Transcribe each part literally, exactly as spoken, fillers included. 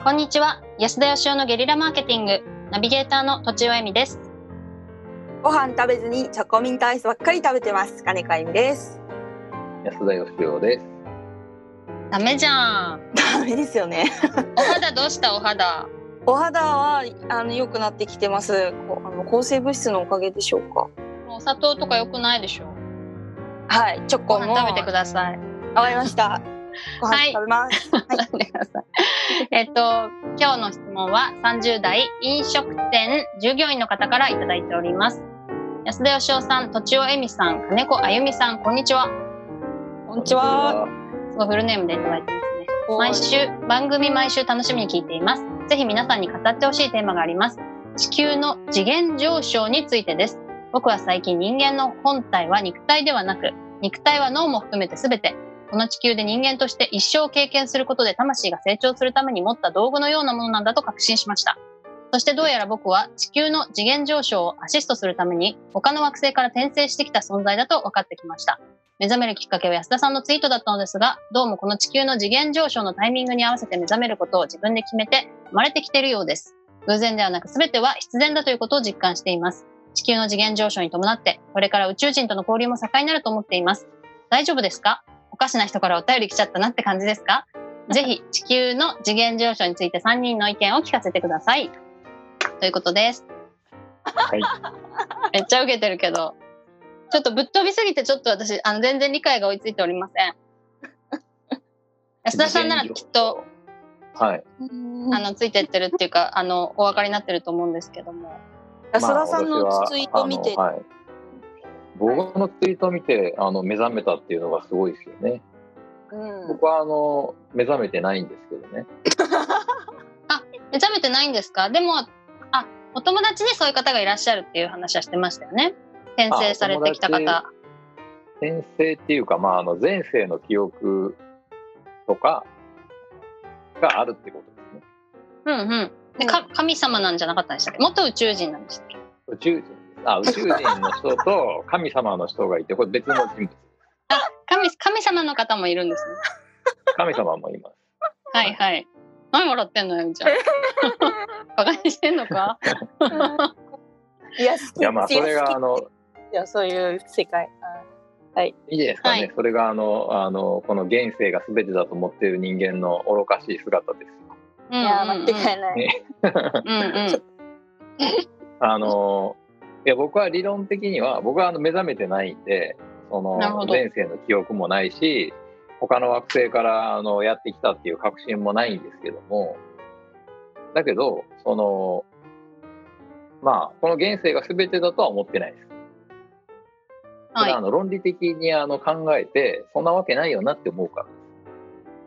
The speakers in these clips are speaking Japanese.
こんにちは。安田義雄のゲリラマーケティングナビゲーターのとちおえみです。 ご飯食べずにチョコミントアイスばっかり食べてます金子あゆみです。 安田義雄です。 ダメじゃん。 ダメですよねお肌どうした？お肌お肌はあの良くなってきてます。こあの抗生物質のおかげでしょうか。 お砂糖とか良くないでしょ。 はい、チョコもご飯食べてください。 わかりましたご飯食べます、はいはい、 食べてくださいえっと今日の質問はさんじゅう代飲食店従業員の方からいただいております。安田義雄さん、とちおえみさん、金子あゆみさん、こんにちは。 こんにちは。 すごいフルネームでいただいてますね。毎週番組毎週楽しみに聞いています。ぜひ皆さんに語ってほしいテーマがあります。地球の次元上昇についてです。僕は最近人間の本体は肉体ではなく、肉体は脳も含めて全てこの地球で人間として一生経験することで魂が成長するために持った道具のようなものなんだと確信しました。そしてどうやら僕は地球の次元上昇をアシストするために他の惑星から転生してきた存在だと分かってきました。目覚めるきっかけは安田さんのツイートだったのですが、どうもこの地球の次元上昇のタイミングに合わせて目覚めることを自分で決めて生まれてきているようです。偶然ではなく全ては必然だということを実感しています。地球の次元上昇に伴ってこれから宇宙人との交流も盛んになると思っています。大丈夫ですか？おかしな人からお便り来ちゃったなって感じですか？ぜひ地球の次元上昇についてさんにんの意見を聞かせてくださいということです。 はい。 めっちゃ受けてるけどちょっとぶっ飛びすぎてちょっと私あの全然理解が追いついておりません。安田さんならきっと、 はい、 あのついてってるっていうかあのお分かりになってると思うんですけども、 安田さんのツイートを見て、 まあ、はい、僕のツイートを見てあの目覚めたっていうのがすごいですよね、うん、僕はあの目覚めてないんですけどねあ、目覚めてないんですか？でもあ、お友達にそういう方がいらっしゃるっていう話はしてましたよね。転生されてきた方。 転生っていうか、まあ、あの前世の記憶とかがあるってことですね。 うんうん。でか神様なんじゃなかったんでしたっけ？元宇宙人なんでしたっけ？ 宇宙人あ宇宙人の人と神様の人がいて、これ別の人物あ 神, 神様の方もいるんですね。 神様もいます。 はいはい。何笑ってんのよみちゃん。バカにしてんのか？ いや、 いやまあそれがあのいやそういう世界、はい、 いいですかね、はい、それがあのあのこの現世が全てだと思っている人間の愚かしい姿です。 いや間違いない、ね、 うんうんあのいや僕は理論的には僕はあの目覚めてないんで、その前世の記憶もないし他の惑星からあのやってきたっていう確信もないんですけども、だけどそのまあこの現世が全てだとは思ってないです。それはあの論理的にあの考えてそんなわけないよなって思うからです。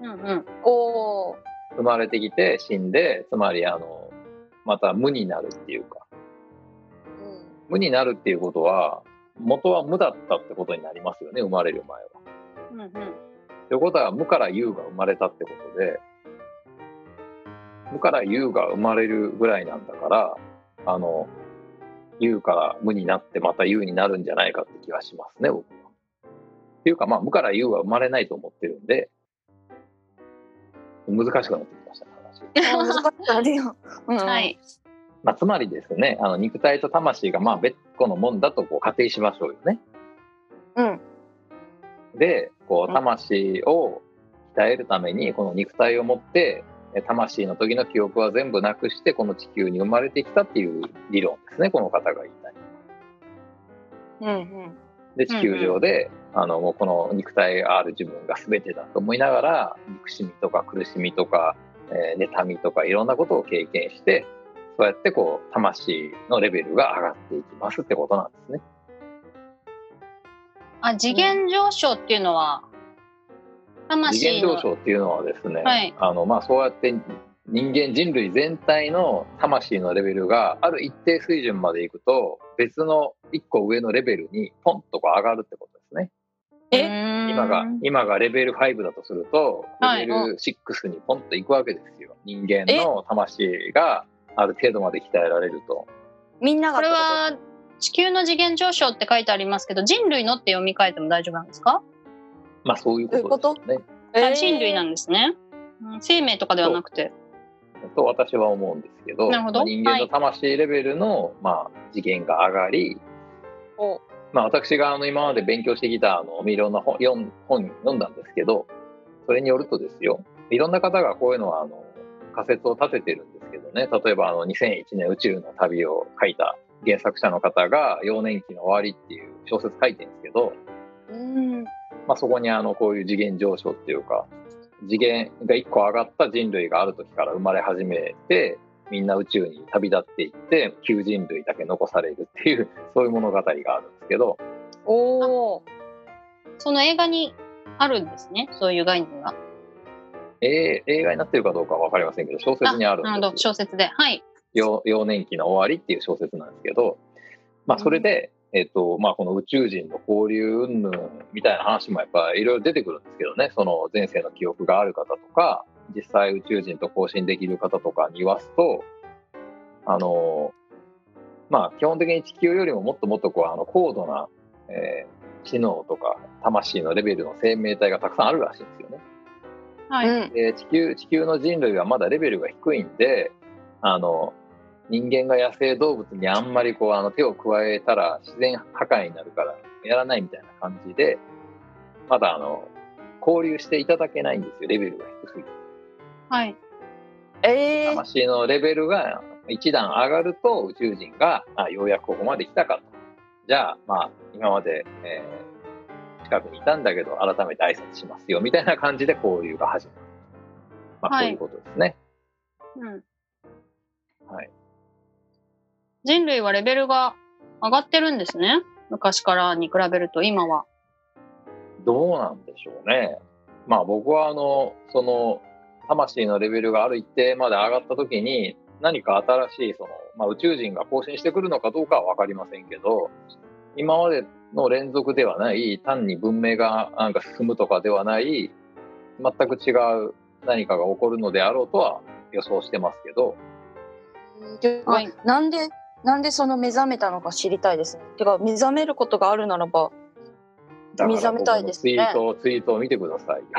うんうん、お生まれてきて死んで、つまりあのまた無になるっていうか、うん、無になるっていうことは元は無だったってことになりますよね、生まれる前は。うんうん、ということは無から有が生まれたってことで、無から有が生まれるぐらいなんだから、あの有から無になってまた有になるんじゃないかって気がしますね、僕は。っていうか、まあ無から有は生まれないと思ってるんで、難しくなってきましたね、話。 難しくなるよ。うん、 はい。 まあ、つまりですね、あの肉体と魂がまあ別個のもんだとこう仮定しましょうよね。 うん。 で、こう魂を鍛えるためにこの肉体を持って魂の時の記憶は全部なくしてこの地球に生まれてきたっていう理論ですね、この方が言いたい。 うんうん。 で地球上で、うんうん、あのもうこの肉体がある自分が全てだと思いながら憎しみとか苦しみとか、えー、妬みとかいろんなことを経験してそうやってこう魂のレベルが上がっていきますってことなんですね。 あ、次元上昇っていうのは、 うん、次元上昇っていうのはですね、はい、あのまあ、そうやって人間人類全体の魂のレベルがある一定水準までいくと別の一個上のレベルにポンとこう上がるってことですね。 え今が今がレベルごだとするとレベルろくにポンといくわけですよ、はい、人間の魂がある程度まで鍛えられると。 みんながこれは地球の次元上昇って書いてありますけど、人類のって読み替えても大丈夫なんですか？ まあそういうことですよね。 えー、人類なんですね。生命とかではなくて。 と私は思うんですけど、 なるほどまあ人間の魂レベルの、まあ、次元が上がり、 おまあ、私があの今まで勉強してきたあのいろんな本読ん本読んだんですけど、それによるとですよ、いろんな方がこういうのはあの仮説を立ててるんですけどね、例えばあのにせんいちねん宇宙の旅を書いた原作者の方が幼年期の終わりっていう小説書いてるんですけど、 うんまあ、そこにあのこういう次元上昇っていうか、次元がいっこ上がった人類がある時から生まれ始めて、みんな宇宙に旅立っていって旧人類だけ残されるっていう、そういう物語があるんですけど。 おーその映画にあるんですね、そういう概念が。 えー、映画になってるかどうかは分かりませんけど、小説にあるんなるほど、 ですよ。 小説で。はい。 幼幼年期の終わりっていう小説なんですけど、まあ、それで、えっとまあ、この宇宙人の交流云々みたいな話もやっぱいろいろ出てくるんですけどね、その前世の記憶がある方とか、実際宇宙人と交信できる方とかに言わすと、あのまあ基本的に地球よりももっともっとこうあの高度な、えー、知能とか魂のレベルの生命体がたくさんあるらしいんですよね。 はい。 うんで地球地球の人類はまだレベルが低いんで、あの人間が野生動物にあんまりこうあの手を加えたら自然破壊になるからやらないみたいな感じで、まだあの交流していただけないんですよ、レベルが低すぎて。 はい。 えー、 魂のレベルが一段上がると宇宙人があようやくここまで来たかと。じゃあまあ今まで、えー、近くにいたんだけど改めて挨拶しますよみたいな感じで交流が始まる。まあ、 はいこういうことですね。 うん。 はい。 人類はレベルが上がってるんですね。昔からに比べると今は。 どうなんでしょうね。まあ僕はあのその魂のレベルがある一定まで上がった時に何か新しいその、まあ、宇宙人が更新してくるのかどうかは分かりませんけど、今までの連続ではない単に文明がなんか進むとかではない全く違う何かが起こるのであろうとは予想してますけど、 はい、なんでなんでその目覚めたのか知りたいですね。てか目覚めることがあるならば目覚めたいですね。 ツイートツイートを見てください。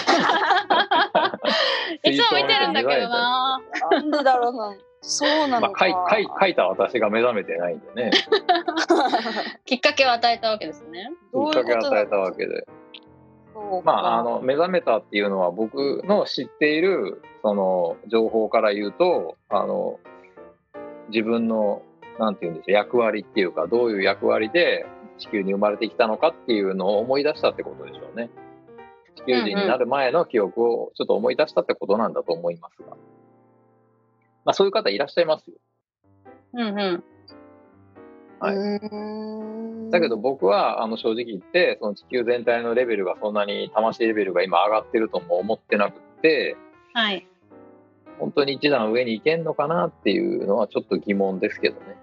いつも見てるんだけどな。 なんでだろうな。そうなのか。 まあ、書い書いた私が目覚めてないんでね。 きっかけを与えたわけですね。 きっかけを与えたわけで。まあ、あの目覚めたっていうのは僕の知っているその情報から言うと、あの自分のなんていうんでしょう、役割っていうか、どういう役割で地球に生まれてきたのかっていうのを思い出したってことでしょうね。地球人になる前の記憶をちょっと思い出したってことなんだと思いますが、まあ、そういう方いらっしゃいますよ。 うんうん。 はい、 うーんだけど僕はあの正直言ってその地球全体のレベルがそんなに魂レベルが今上がってるとも思ってなくて、 はい。 本当に一段上に行けんのかなっていうのはちょっと疑問ですけどね。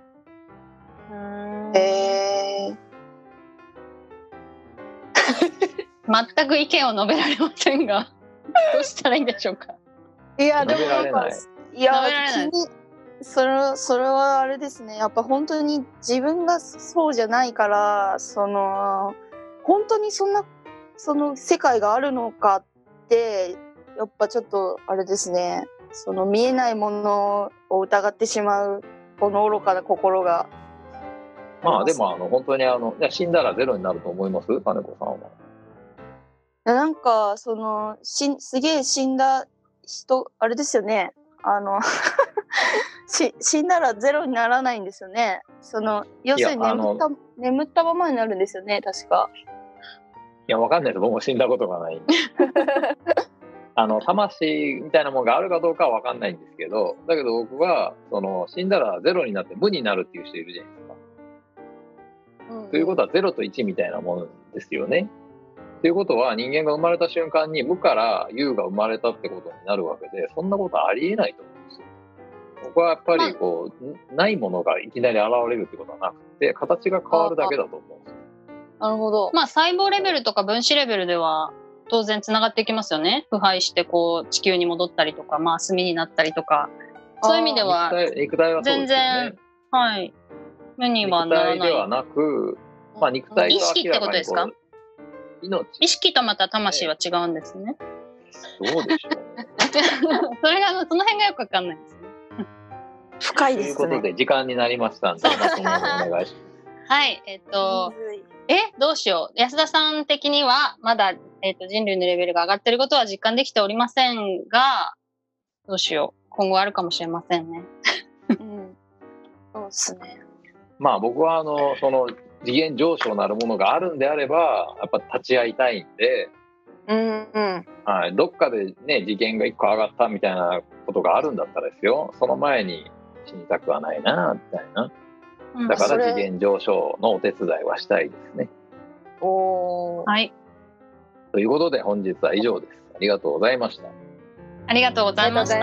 えー、 全く意見を述べられませんがどうしたらいいんでしょうか。 いやでも述べられない。 いや述べられない気にそれそれはあれですね。やっぱ本当に自分がそうじゃないから、その本当にそんなその世界があるのかってやっぱちょっとあれですね。その見えないものを疑ってしまうこの愚かな心が。 まあでもあの本当にあの死んだらゼロになると思います？金子さんは。 なんかそのしすげえ死んだ人あれですよね。あのし死んだらゼロにならないんですよね。その要するに眠った眠ったままになるんですよね、確か。 いやわかんないです。僕も死んだことがないんで。あの魂みたいなものがあるかどうかはわかんないんですけど、だけど僕はその死んだらゼロになって無になるっていう人いるじゃないですか。 うんうん、 ということはゼロといちみたいなものですよね。ということは人間が生まれた瞬間に無から有が生まれたってことになるわけで、そんなことありえないと思うんですよ。僕はやっぱりこう、まあ、ないものがいきなり現れるってことはなくて、形が変わるだけだと思うんですよ。 なるほど。 まあ細胞レベルとか分子レベルでは当然つながっていきますよね。腐敗してこう地球に戻ったりとか、まあ炭になったりとか、そういう意味では肉体はそうですよね。全然はい無にはならない。 肉体ではなく、まあ、肉体と明らかにこう意識ってことですか？ 命。 意識とまた魂は違うんですね。 どうでしょうね。 それがその辺がよくわかんないですね。 深いですね。 ということで時間になりましたんで、まとめをお願いします。 はい、えっと、え、どうしよう。安田さん的には、まだ、えっと、人類のレベルが上がっていることは実感できておりませんが、どうしよう。今後あるかもしれませんね。 うん、そうですね。 まあ僕は、あの、その次元上昇なるものがあるんであれば、やっぱ立ち会いたいんで、 うんうん。 はい、どっかでね、次元がいっこ上がったみたいなことがあるんだったらですよ、その前に死にたくはないな、みたいな。だから次元上昇のお手伝いはしたいですね。 おー。 はい。 ということで本日は以上です。ありがとうございました。 ありがとうございました。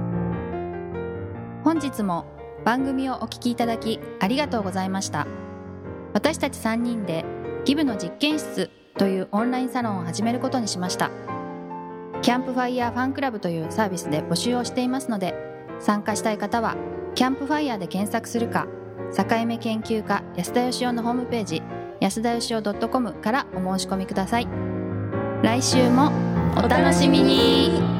本日も番組をお聞きいただきありがとうございました。私たちさんにんでギブの実験室というオンラインサロンを始めることにしました。キャンプファイヤーファンクラブというサービスで募集をしていますので、参加したい方はキャンプファイヤーで検索するか、境目研究家安田義雄のホームページ安田義雄 .com からお申し込みください。来週もお楽しみに。